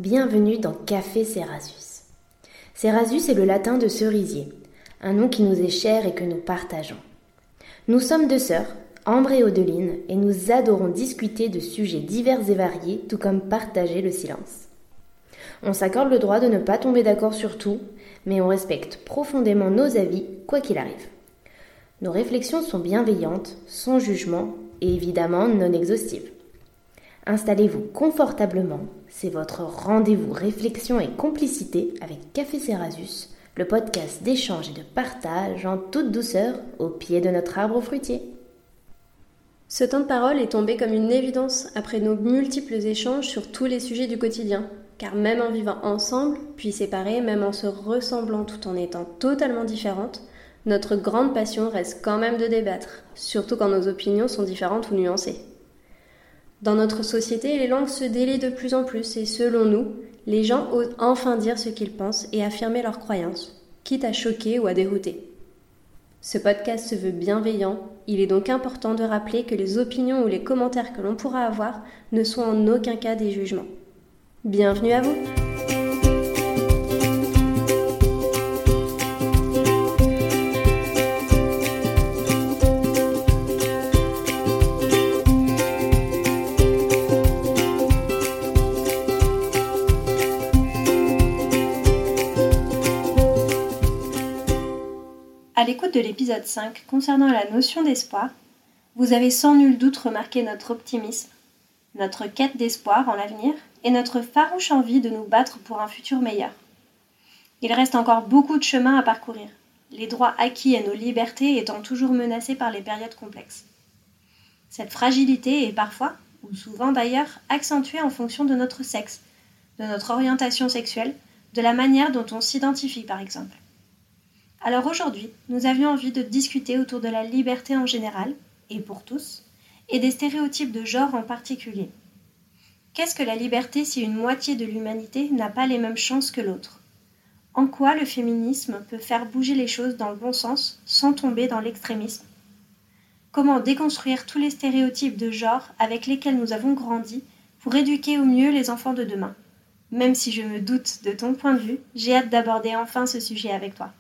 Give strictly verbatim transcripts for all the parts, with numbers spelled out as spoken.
bienvenue dans Café Cerasus. Cerasus est le latin de cerisier, un nom qui nous est cher et que nous partageons. Nous sommes deux sœurs, Ambre et Odeline, et nous adorons discuter de sujets divers et variés, tout comme partager le silence. On s'accorde le droit de ne pas tomber d'accord sur tout, mais on respecte profondément nos avis, quoi qu'il arrive. Nos réflexions sont bienveillantes, sans jugement et évidemment non exhaustives. Installez-vous confortablement, c'est votre rendez-vous réflexion et complicité avec Café Cerasus, le podcast d'échange et de partage en toute douceur au pied de notre arbre fruitier. Ce temps de parole est tombé comme une évidence après nos multiples échanges sur tous les sujets du quotidien, car même en vivant ensemble, puis séparés, même en se ressemblant tout en étant totalement différentes, notre grande passion reste quand même de débattre, surtout quand nos opinions sont différentes ou nuancées. Dans notre société, les langues se délient de plus en plus et selon nous, les gens osent enfin dire ce qu'ils pensent et affirmer leurs croyances, quitte à choquer ou à dérouter. Ce podcast se veut bienveillant, il est donc important de rappeler que les opinions ou les commentaires que l'on pourra avoir ne sont en aucun cas des jugements. Bienvenue à vous! À l'écoute de l'épisode cinq concernant la notion d'espoir, vous avez sans nul doute remarqué notre optimisme, notre quête d'espoir en l'avenir et notre farouche envie de nous battre pour un futur meilleur. Il reste encore beaucoup de chemin à parcourir, les droits acquis et nos libertés étant toujours menacés par les périodes complexes. Cette fragilité est parfois, ou souvent d'ailleurs, accentuée en fonction de notre sexe, de notre orientation sexuelle, de la manière dont on s'identifie par exemple. Alors aujourd'hui, nous avions envie de discuter autour de la liberté en général, et pour tous, et des stéréotypes de genre en particulier. Qu'est-ce que la liberté si une moitié de l'humanité n'a pas les mêmes chances que l'autre ? En quoi le féminisme peut faire bouger les choses dans le bon sens sans tomber dans l'extrémisme ? Comment déconstruire tous les stéréotypes de genre avec lesquels nous avons grandi pour éduquer au mieux les enfants de demain ? Même si je me doute de ton point de vue, j'ai hâte d'aborder enfin ce sujet avec toi.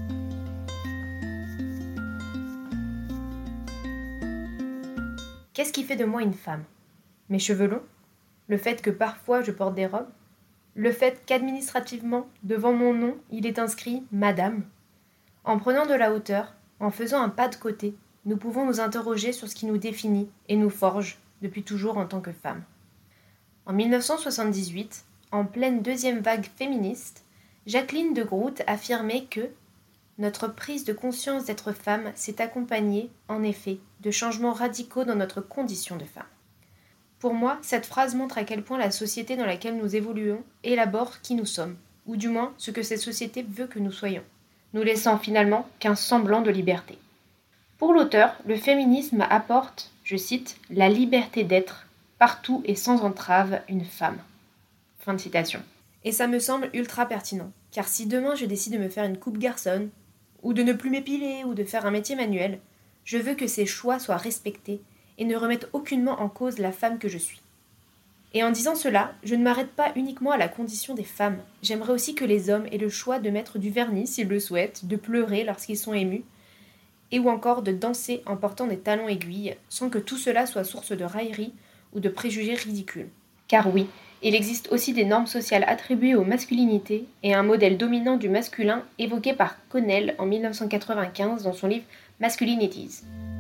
Qu'est-ce qui fait de moi une femme ? Mes cheveux longs ? Le fait que parfois je porte des robes ? Le fait qu'administrativement, devant mon nom, il est inscrit « Madame ». En prenant de la hauteur, en faisant un pas de côté, nous pouvons nous interroger sur ce qui nous définit et nous forge depuis toujours en tant que femmes. En dix-neuf cent soixante-dix-huit, en pleine deuxième vague féministe, Jacqueline de Groot affirmait que notre prise de conscience d'être femme s'est accompagnée, en effet, de changements radicaux dans notre condition de femme. Pour moi, cette phrase montre à quel point la société dans laquelle nous évoluons élabore qui nous sommes, ou du moins ce que cette société veut que nous soyons, nous laissant finalement qu'un semblant de liberté. Pour l'auteur, le féminisme apporte, je cite, « la liberté d'être, partout et sans entrave, une femme ». Fin de citation. Et ça me semble ultra pertinent, car si demain je décide de me faire une coupe garçonne, ou de ne plus m'épiler, ou de faire un métier manuel, je veux que ces choix soient respectés et ne remettent aucunement en cause la femme que je suis. Et en disant cela, je ne m'arrête pas uniquement à la condition des femmes. J'aimerais aussi que les hommes aient le choix de mettre du vernis s'ils le souhaitent, de pleurer lorsqu'ils sont émus, et ou encore de danser en portant des talons aiguilles, sans que tout cela soit source de raillerie ou de préjugés ridicules. Car oui, il existe aussi des normes sociales attribuées aux masculinités et un modèle dominant du masculin évoqué par Connell en dix-neuf cent quatre-vingt-quinze dans son livre Masculinities.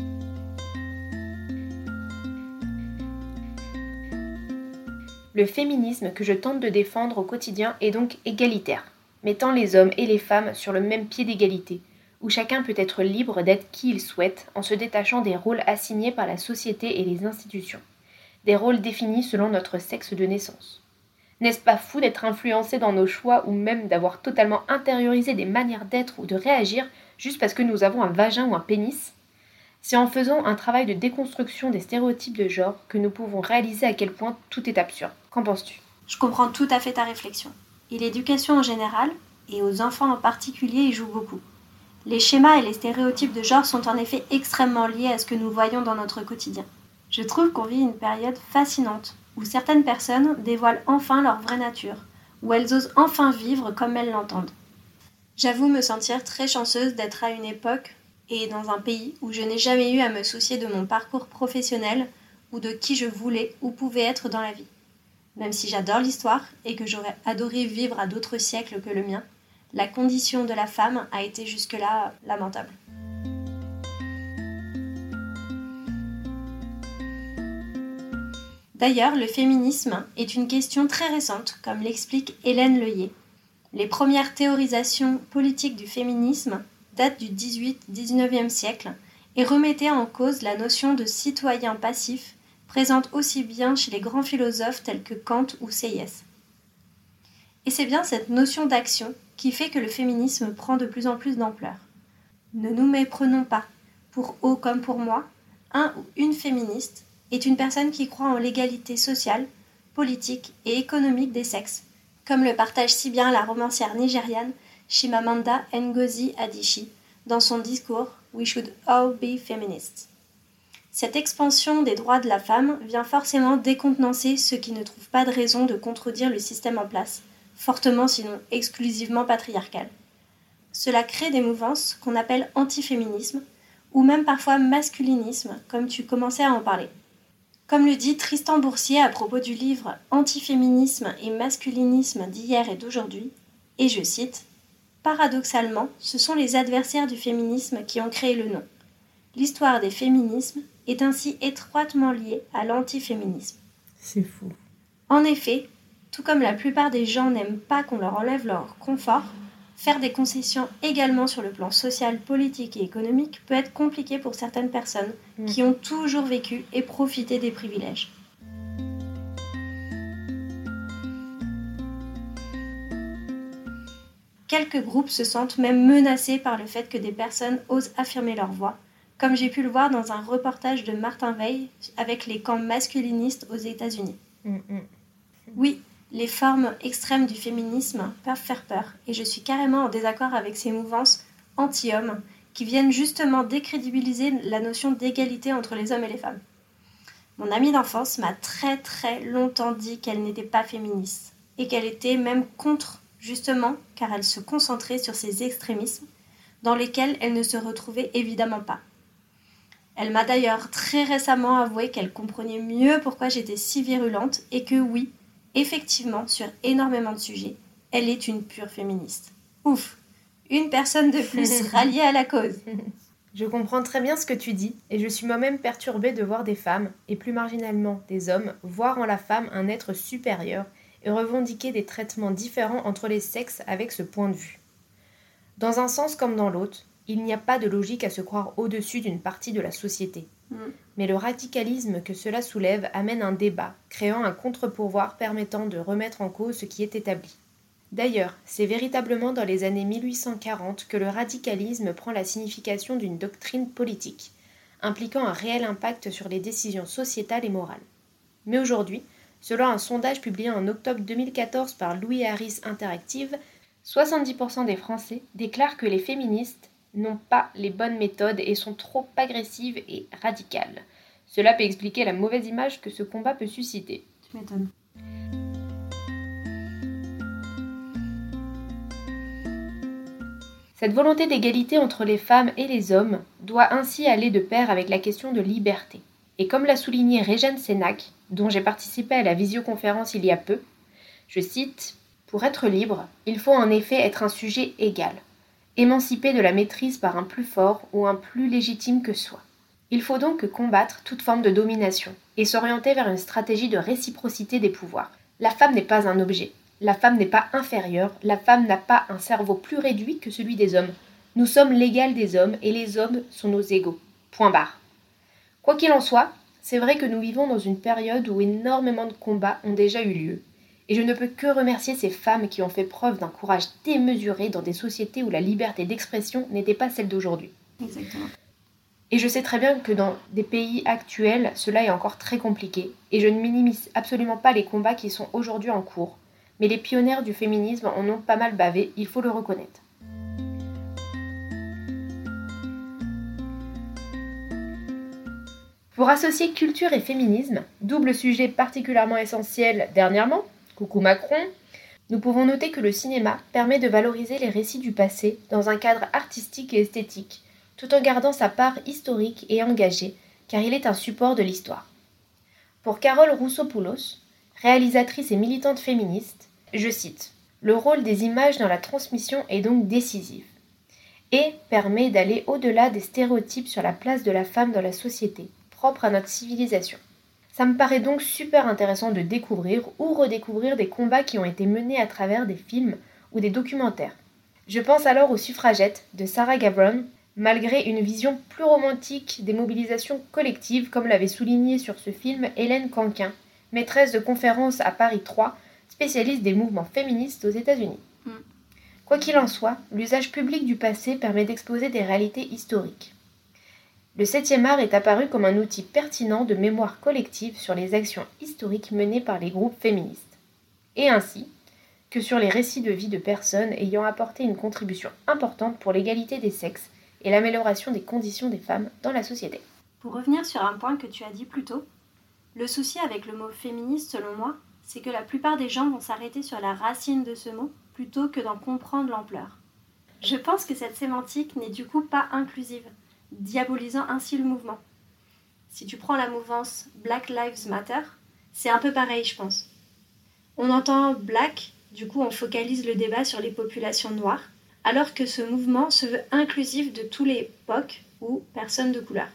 Le féminisme que je tente de défendre au quotidien est donc égalitaire, mettant les hommes et les femmes sur le même pied d'égalité, où chacun peut être libre d'être qui il souhaite en se détachant des rôles assignés par la société et les institutions. Des rôles définis selon notre sexe de naissance. N'est-ce pas fou d'être influencé dans nos choix ou même d'avoir totalement intériorisé des manières d'être ou de réagir juste parce que nous avons un vagin ou un pénis ? C'est en faisant un travail de déconstruction des stéréotypes de genre que nous pouvons réaliser à quel point tout est absurde. Qu'en penses-tu ? Je comprends tout à fait ta réflexion. Et l'éducation en général, et aux enfants en particulier, y joue beaucoup. Les schémas et les stéréotypes de genre sont en effet extrêmement liés à ce que nous voyons dans notre quotidien. Je trouve qu'on vit une période fascinante, où certaines personnes dévoilent enfin leur vraie nature, où elles osent enfin vivre comme elles l'entendent. J'avoue me sentir très chanceuse d'être à une époque et dans un pays où je n'ai jamais eu à me soucier de mon parcours professionnel ou de qui je voulais ou pouvais être dans la vie. Même si j'adore l'histoire et que j'aurais adoré vivre à d'autres siècles que le mien, la condition de la femme a été jusque-là lamentable. D'ailleurs, le féminisme est une question très récente, comme l'explique Hélène Leuillet. Les premières théorisations politiques du féminisme datent du dix-huitième dix-neuvième siècle et remettaient en cause la notion de citoyen passif, présente aussi bien chez les grands philosophes tels que Kant ou Sieyès. Et c'est bien cette notion d'action qui fait que le féminisme prend de plus en plus d'ampleur. Ne nous méprenons pas, pour eux comme pour moi, un ou une féministe est une personne qui croit en l'égalité sociale, politique et économique des sexes, comme le partage si bien la romancière nigériane Chimamanda Ngozi Adichie dans son discours « We should all be feminists ». Cette expansion des droits de la femme vient forcément décontenancer ceux qui ne trouvent pas de raison de contredire le système en place, fortement sinon exclusivement patriarcal. Cela crée des mouvances qu'on appelle antiféminisme, ou même parfois masculinisme, comme tu commençais à en parler. Comme le dit Tristan Boursier à propos du livre « Antiféminisme et masculinisme d'hier et d'aujourd'hui », et je cite « Paradoxalement, ce sont les adversaires du féminisme qui ont créé le nom. L'histoire des féminismes est ainsi étroitement liée à l'antiféminisme. » C'est fou. En effet, tout comme la plupart des gens n'aiment pas qu'on leur enlève leur confort, faire des concessions également sur le plan social, politique et économique peut être compliqué pour certaines personnes mmh. qui ont toujours vécu et profité des privilèges. Quelques groupes se sentent même menacés par le fait que des personnes osent affirmer leur voix, comme j'ai pu le voir dans un reportage de Martin Veil avec les camps masculinistes aux États-Unis. Mmh. Oui, les formes extrêmes du féminisme peuvent faire peur, et je suis carrément en désaccord avec ces mouvances anti-hommes qui viennent justement décrédibiliser la notion d'égalité entre les hommes et les femmes. Mon amie d'enfance m'a très très longtemps dit qu'elle n'était pas féministe, et qu'elle était même contre, justement car elle se concentrait sur ces extrémismes, dans lesquels elle ne se retrouvait évidemment pas. Elle m'a d'ailleurs très récemment avoué qu'elle comprenait mieux pourquoi j'étais si virulente, et que oui, effectivement, sur énormément de sujets, elle est une pure féministe. Ouf, une personne de plus ralliée à la cause. Je comprends très bien ce que tu dis, et je suis moi-même perturbée de voir des femmes, et plus marginalement des hommes, voir en la femme un être supérieur et revendiquer des traitements différents entre les sexes avec ce point de vue. Dans un sens comme dans l'autre, il n'y a pas de logique à se croire au-dessus d'une partie de la société. Mm. Mais le radicalisme que cela soulève amène un débat, créant un contre-pouvoir permettant de remettre en cause ce qui est établi. D'ailleurs, c'est véritablement dans les années mille huit cent quarante que le radicalisme prend la signification d'une doctrine politique, impliquant un réel impact sur les décisions sociétales et morales. Mais aujourd'hui, selon un sondage publié en octobre deux mille quatorze par Louis Harris Interactive, soixante-dix pour cent des Français déclarent que les féministes n'ont pas les bonnes méthodes et sont trop agressives et radicales. Cela peut expliquer la mauvaise image que ce combat peut susciter. Tu m'étonnes. Cette volonté d'égalité entre les femmes et les hommes doit ainsi aller de pair avec la question de liberté. Et comme l'a souligné Régène Sénac, dont j'ai participé à la visioconférence il y a peu, je cite « Pour être libre, il faut en effet être un sujet égal. Émancipé de la maîtrise par un plus fort ou un plus légitime que soi. Il faut donc combattre toute forme de domination et s'orienter vers une stratégie de réciprocité des pouvoirs. La femme n'est pas un objet, la femme n'est pas inférieure, la femme n'a pas un cerveau plus réduit que celui des hommes. Nous sommes l'égal des hommes et les hommes sont nos égaux. Point barre. Quoi qu'il en soit, c'est vrai que nous vivons dans une période où énormément de combats ont déjà eu lieu. Et je ne peux que remercier ces femmes qui ont fait preuve d'un courage démesuré dans des sociétés où la liberté d'expression n'était pas celle d'aujourd'hui. Exactement. Et je sais très bien que dans des pays actuels, cela est encore très compliqué. Et je ne minimise absolument pas les combats qui sont aujourd'hui en cours. Mais les pionnières du féminisme en ont pas mal bavé, il faut le reconnaître. Pour associer culture et féminisme, double sujet particulièrement essentiel dernièrement, coucou Macron, Nous pouvons noter que le cinéma permet de valoriser les récits du passé dans un cadre artistique et esthétique, tout en gardant sa part historique et engagée, car il est un support de l'histoire. Pour Carole Roussopoulos, réalisatrice et militante féministe, je cite « Le rôle des images dans la transmission est donc décisif et permet d'aller au-delà des stéréotypes sur la place de la femme dans la société, propre à notre civilisation. Ça me paraît donc super intéressant de découvrir ou redécouvrir des combats qui ont été menés à travers des films ou des documentaires. Je pense alors aux Suffragettes de Sarah Gavron, malgré une vision plus romantique des mobilisations collectives, comme l'avait souligné sur ce film Hélène Canquin, maîtresse de conférence à Paris trois, spécialiste des mouvements féministes aux États-Unis. Mm. Quoi qu'il en soit, l'usage public du passé permet d'exposer des réalités historiques. Le septième art est apparu comme un outil pertinent de mémoire collective sur les actions historiques menées par les groupes féministes, et ainsi que sur les récits de vie de personnes ayant apporté une contribution importante pour l'égalité des sexes et l'amélioration des conditions des femmes dans la société. Pour revenir sur un point que tu as dit plus tôt, le souci avec le mot féministe, selon moi, c'est que la plupart des gens vont s'arrêter sur la racine de ce mot plutôt que d'en comprendre l'ampleur. Je pense que cette sémantique n'est du coup pas inclusive, diabolisant ainsi le mouvement. Si tu prends la mouvance Black Lives Matter, c'est un peu pareil, je pense. On entend Black, du coup on focalise le débat sur les populations noires, alors que ce mouvement se veut inclusif de tous les P O C ou personnes de couleur.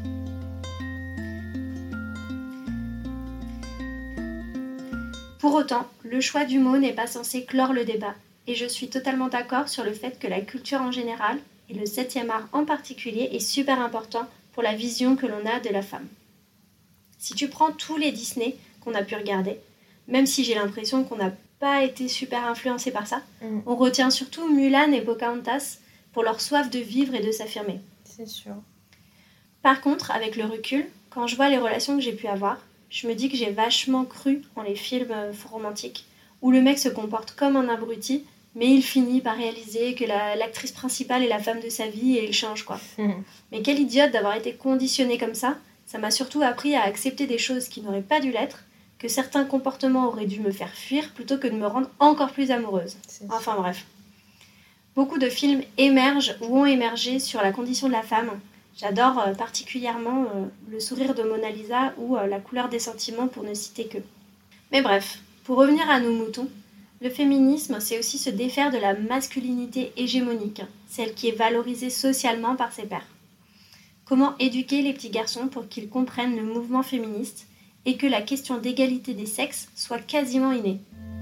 Pour autant, le choix du mot n'est pas censé clore le débat, et je suis totalement d'accord sur le fait que la culture en général, et le septième art en particulier, est super important pour la vision que l'on a de la femme. Si tu prends tous les Disney qu'on a pu regarder, même si j'ai l'impression qu'on n'a pas été super influencé par ça, mmh. on retient surtout Mulan et Pocahontas pour leur soif de vivre et de s'affirmer. C'est sûr. Par contre, avec le recul, quand je vois les relations que j'ai pu avoir, je me dis que j'ai vachement cru en les films romantiques, où le mec se comporte comme un abruti, mais il finit par réaliser que la, l'actrice principale est la femme de sa vie et il change, quoi. Mmh. Mais quelle idiote d'avoir été conditionnée comme ça. Ça m'a surtout appris à accepter des choses qui n'auraient pas dû l'être, que certains comportements auraient dû me faire fuir plutôt que de me rendre encore plus amoureuse. Enfin bref. Beaucoup de films émergent ou ont émergé sur la condition de la femme. J'adore euh, particulièrement euh, Le sourire de Mona Lisa ou euh, La couleur des sentiments pour ne citer que. Mais bref, pour revenir à nos moutons, le féminisme, c'est aussi se défaire de la masculinité hégémonique, celle qui est valorisée socialement par ses pairs. Comment éduquer les petits garçons pour qu'ils comprennent le mouvement féministe et que la question d'égalité des sexes soit quasiment innée.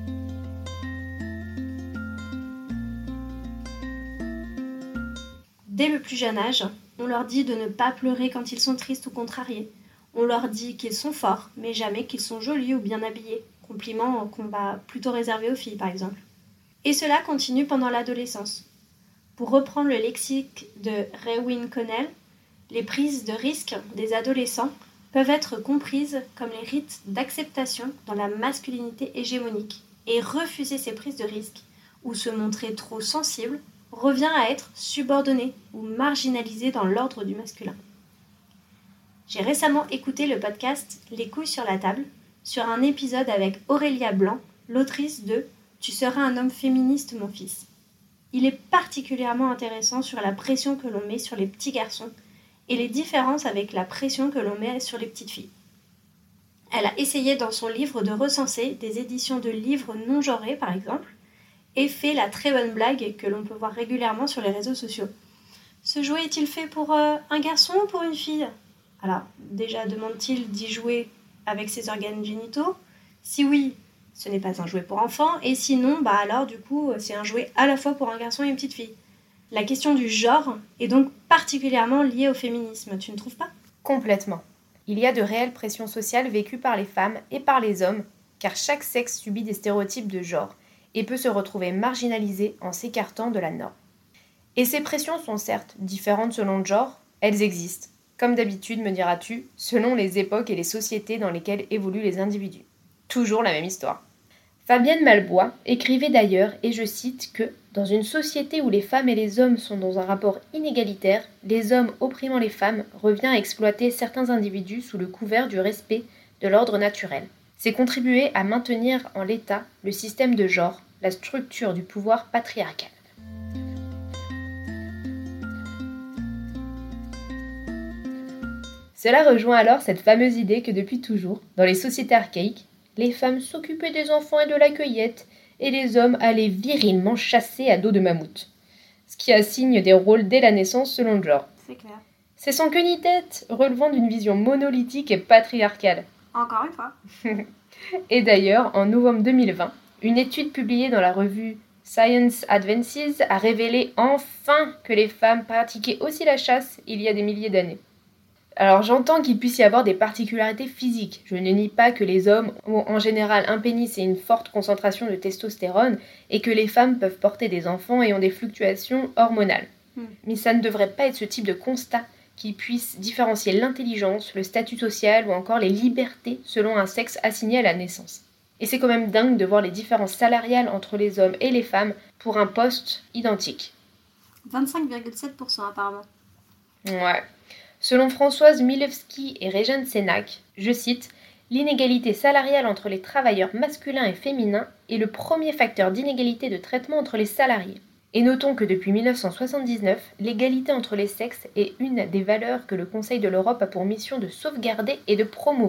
Dès le plus jeune âge, on leur dit de ne pas pleurer quand ils sont tristes ou contrariés. On leur dit qu'ils sont forts, mais jamais qu'ils sont jolis ou bien habillés. Compliment qu'on va plutôt réserver aux filles, par exemple. Et cela continue pendant l'adolescence. Pour reprendre le lexique de Rewin Connell, les prises de risque des adolescents peuvent être comprises comme les rites d'acceptation dans la masculinité hégémonique. Et refuser ces prises de risque, ou se montrer trop sensible, revient à être subordonné ou marginalisé dans l'ordre du masculin. J'ai récemment écouté le podcast Les couilles sur la table, sur un épisode avec Aurélia Blanc, l'autrice de « Tu seras un homme féministe, mon fils ». Il est particulièrement intéressant sur la pression que l'on met sur les petits garçons et les différences avec la pression que l'on met sur les petites filles. Elle a essayé dans son livre de recenser des éditions de livres non genrés, par exemple, et fait la très bonne blague que l'on peut voir régulièrement sur les réseaux sociaux. Ce jouet est-il fait pour euh, un garçon ou pour une fille ? Alors, déjà demande-t-il d'y jouer avec ses organes génitaux ? Si oui, ce n'est pas un jouet pour enfants, et sinon, bah alors du coup, c'est un jouet à la fois pour un garçon et une petite fille. La question du genre est donc particulièrement liée au féminisme, tu ne trouves pas ? Complètement. Il y a de réelles pressions sociales vécues par les femmes et par les hommes, car chaque sexe subit des stéréotypes de genre et peut se retrouver marginalisé en s'écartant de la norme. Et ces pressions sont certes différentes selon le genre, elles existent. Comme d'habitude, me diras-tu, selon les époques et les sociétés dans lesquelles évoluent les individus. Toujours la même histoire. Fabienne Malbois écrivait d'ailleurs, et je cite, que « Dans une société où les femmes et les hommes sont dans un rapport inégalitaire, les hommes opprimant les femmes revient à exploiter certains individus sous le couvert du respect de l'ordre naturel. C'est contribuer à maintenir en l'état le système de genre, la structure du pouvoir patriarcal. Cela rejoint alors cette fameuse idée que depuis toujours, dans les sociétés archaïques, les femmes s'occupaient des enfants et de la cueillette, et les hommes allaient virilement chasser à dos de mammouth. Ce qui assigne des rôles dès la naissance selon le genre. C'est clair. C'est sans queue ni tête, relevant d'une vision monolithique et patriarcale. Encore une fois. Et d'ailleurs, en novembre deux mille vingt, une étude publiée dans la revue Science Advances a révélé enfin que les femmes pratiquaient aussi la chasse il y a des milliers d'années. Alors j'entends qu'il puisse y avoir des particularités physiques. Je ne nie pas que les hommes ont en général un pénis et une forte concentration de testostérone et que les femmes peuvent porter des enfants et ont des fluctuations hormonales. Mm. Mais ça ne devrait pas être ce type de constat qui puisse différencier l'intelligence, le statut social ou encore les libertés selon un sexe assigné à la naissance. Et c'est quand même dingue de voir les différences salariales entre les hommes et les femmes pour un poste identique. vingt-cinq virgule sept pour cent apparemment. Ouais. Selon Françoise Milewski et Régine Sénac, je cite, « L'inégalité salariale entre les travailleurs masculins et féminins est le premier facteur d'inégalité de traitement entre les salariés. Et notons que depuis dix-neuf cent soixante-dix-neuf, l'égalité entre les sexes est une des valeurs que le Conseil de l'Europe a pour mission de sauvegarder et de promouvoir. »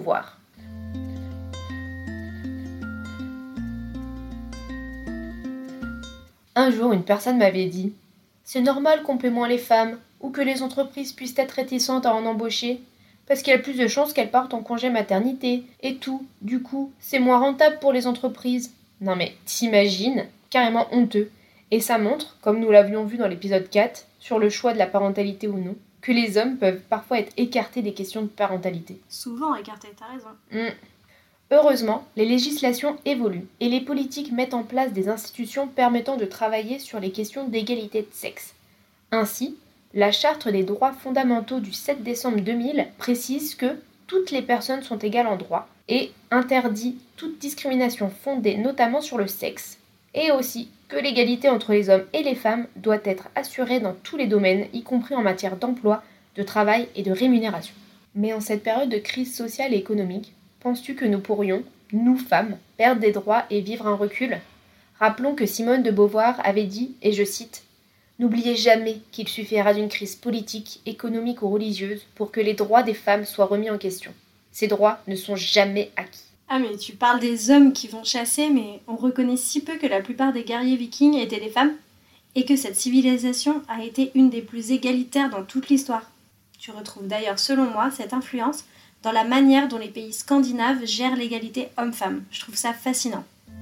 Un jour, une personne m'avait dit « C'est normal qu'on paie moins les femmes. » ou que les entreprises puissent être réticentes à en embaucher, parce qu'il y a plus de chances qu'elles partent en congé maternité, et tout. Du coup, c'est moins rentable pour les entreprises. Non mais, t'imagines, carrément honteux. Et ça montre, comme nous l'avions vu dans l'épisode quatre, sur le choix de la parentalité ou non, que les hommes peuvent parfois être écartés des questions de parentalité. Souvent écartés, t'as raison. Mmh. Heureusement, les législations évoluent, et les politiques mettent en place des institutions permettant de travailler sur les questions d'égalité de sexe. Ainsi, la Charte des droits fondamentaux du sept décembre deux mille précise que toutes les personnes sont égales en droit et interdit toute discrimination fondée notamment sur le sexe, et aussi que l'égalité entre les hommes et les femmes doit être assurée dans tous les domaines, y compris en matière d'emploi, de travail et de rémunération. Mais en cette période de crise sociale et économique, penses-tu que nous pourrions, nous femmes, perdre des droits et vivre un recul ? Rappelons que Simone de Beauvoir avait dit, et je cite, « N'oubliez jamais qu'il suffira d'une crise politique, économique ou religieuse pour que les droits des femmes soient remis en question. Ces droits ne sont jamais acquis. » Ah mais tu parles des hommes qui vont chasser, mais on reconnaît si peu que la plupart des guerriers vikings étaient des femmes, et que cette civilisation a été une des plus égalitaires dans toute l'histoire. Tu retrouves d'ailleurs, selon moi, cette influence dans la manière dont les pays scandinaves gèrent l'égalité homme-femme. Je trouve ça fascinant.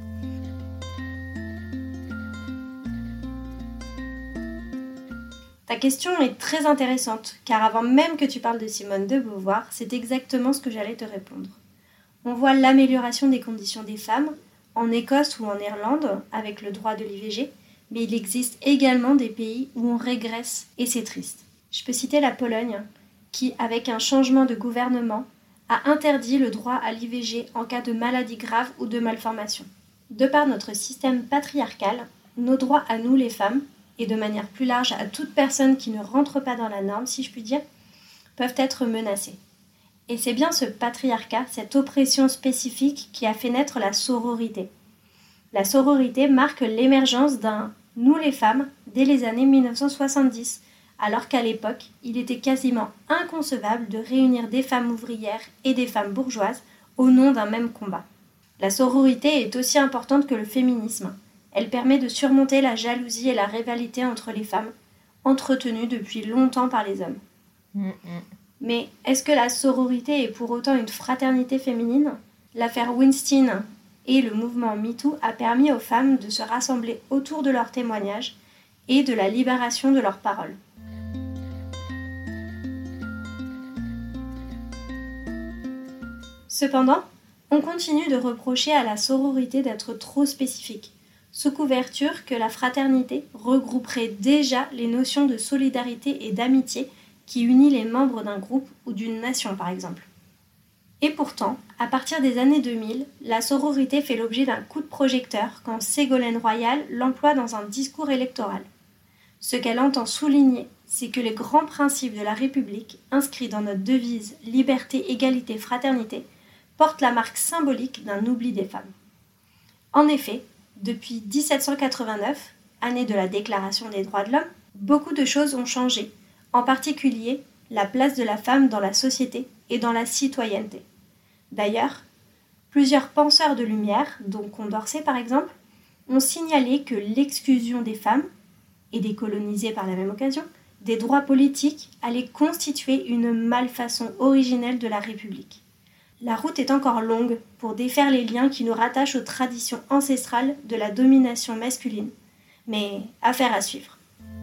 Ta question est très intéressante, car avant même que tu parles de Simone de Beauvoir, c'est exactement ce que j'allais te répondre. On voit l'amélioration des conditions des femmes, en Écosse ou en Irlande, avec le droit de l'I V G, mais il existe également des pays où on régresse, et c'est triste. Je peux citer la Pologne, qui, avec un changement de gouvernement, a interdit le droit à l'I V G en cas de maladie grave ou de malformation. De par notre système patriarcal, nos droits à nous les femmes, et de manière plus large à toute personne qui ne rentre pas dans la norme, si je puis dire, peuvent être menacées. Et c'est bien ce patriarcat, cette oppression spécifique qui a fait naître la sororité. La sororité marque l'émergence d'un « nous les femmes » dès les années dix-neuf cent soixante-dix, alors qu'à l'époque, il était quasiment inconcevable de réunir des femmes ouvrières et des femmes bourgeoises au nom d'un même combat. La sororité est aussi importante que le féminisme. Elle permet de surmonter la jalousie et la rivalité entre les femmes, entretenues depuis longtemps par les hommes. Mmh, mmh. Mais est-ce que la sororité est pour autant une fraternité féminine ? L'affaire Weinstein et le mouvement MeToo a permis aux femmes de se rassembler autour de leurs témoignages et de la libération de leurs paroles. Cependant, on continue de reprocher à la sororité d'être trop spécifique, sous couverture que la fraternité regrouperait déjà les notions de solidarité et d'amitié qui unit les membres d'un groupe ou d'une nation par exemple. Et pourtant, à partir des années deux mille, la sororité fait l'objet d'un coup de projecteur quand Ségolène Royal l'emploie dans un discours électoral. Ce qu'elle entend souligner, c'est que les grands principes de la République, inscrits dans notre devise « Liberté, égalité, fraternité », portent la marque symbolique d'un oubli des femmes. En effet, Depuis dix-sept cent quatre-vingt-neuf, année de la Déclaration des droits de l'homme, beaucoup de choses ont changé, en particulier la place de la femme dans la société et dans la citoyenneté. D'ailleurs, plusieurs penseurs de lumière, dont Condorcet par exemple, ont signalé que l'exclusion des femmes, et des colonisés par la même occasion, des droits politiques allait constituer une malfaçon originelle de la République. La route est encore longue pour défaire les liens qui nous rattachent aux traditions ancestrales de la domination masculine, mais affaire à suivre.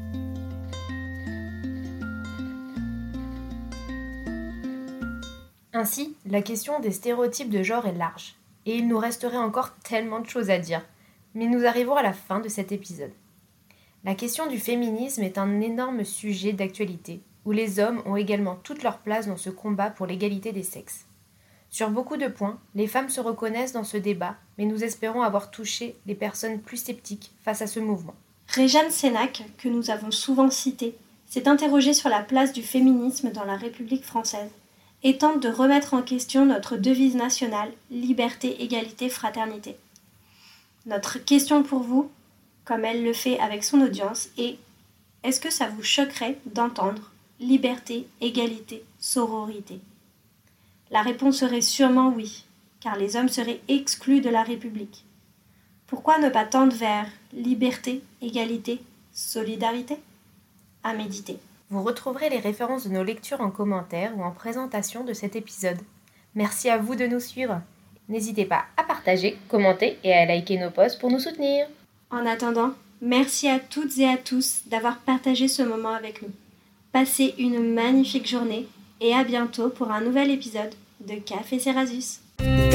Ainsi, la question des stéréotypes de genre est large, et il nous resterait encore tellement de choses à dire, mais nous arrivons à la fin de cet épisode. La question du féminisme est un énorme sujet d'actualité, où les hommes ont également toute leur place dans ce combat pour l'égalité des sexes. Sur beaucoup de points, les femmes se reconnaissent dans ce débat, mais nous espérons avoir touché les personnes plus sceptiques face à ce mouvement. Réjeanne Sénac, que nous avons souvent citée, s'est interrogée sur la place du féminisme dans la République française et tente de remettre en question notre devise nationale « Liberté, égalité, fraternité ». Notre question pour vous, comme elle le fait avec son audience, est « Est-ce que ça vous choquerait d'entendre liberté, égalité, sororité ?» La réponse serait sûrement oui, car les hommes seraient exclus de la République. Pourquoi ne pas tendre vers liberté, égalité, solidarité ? À méditer. Vous retrouverez les références de nos lectures en commentaire ou en présentation de cet épisode. Merci à vous de nous suivre. N'hésitez pas à partager, commenter et à liker nos posts pour nous soutenir. En attendant, merci à toutes et à tous d'avoir partagé ce moment avec nous. Passez une magnifique journée et à bientôt pour un nouvel épisode de Café Cerasus.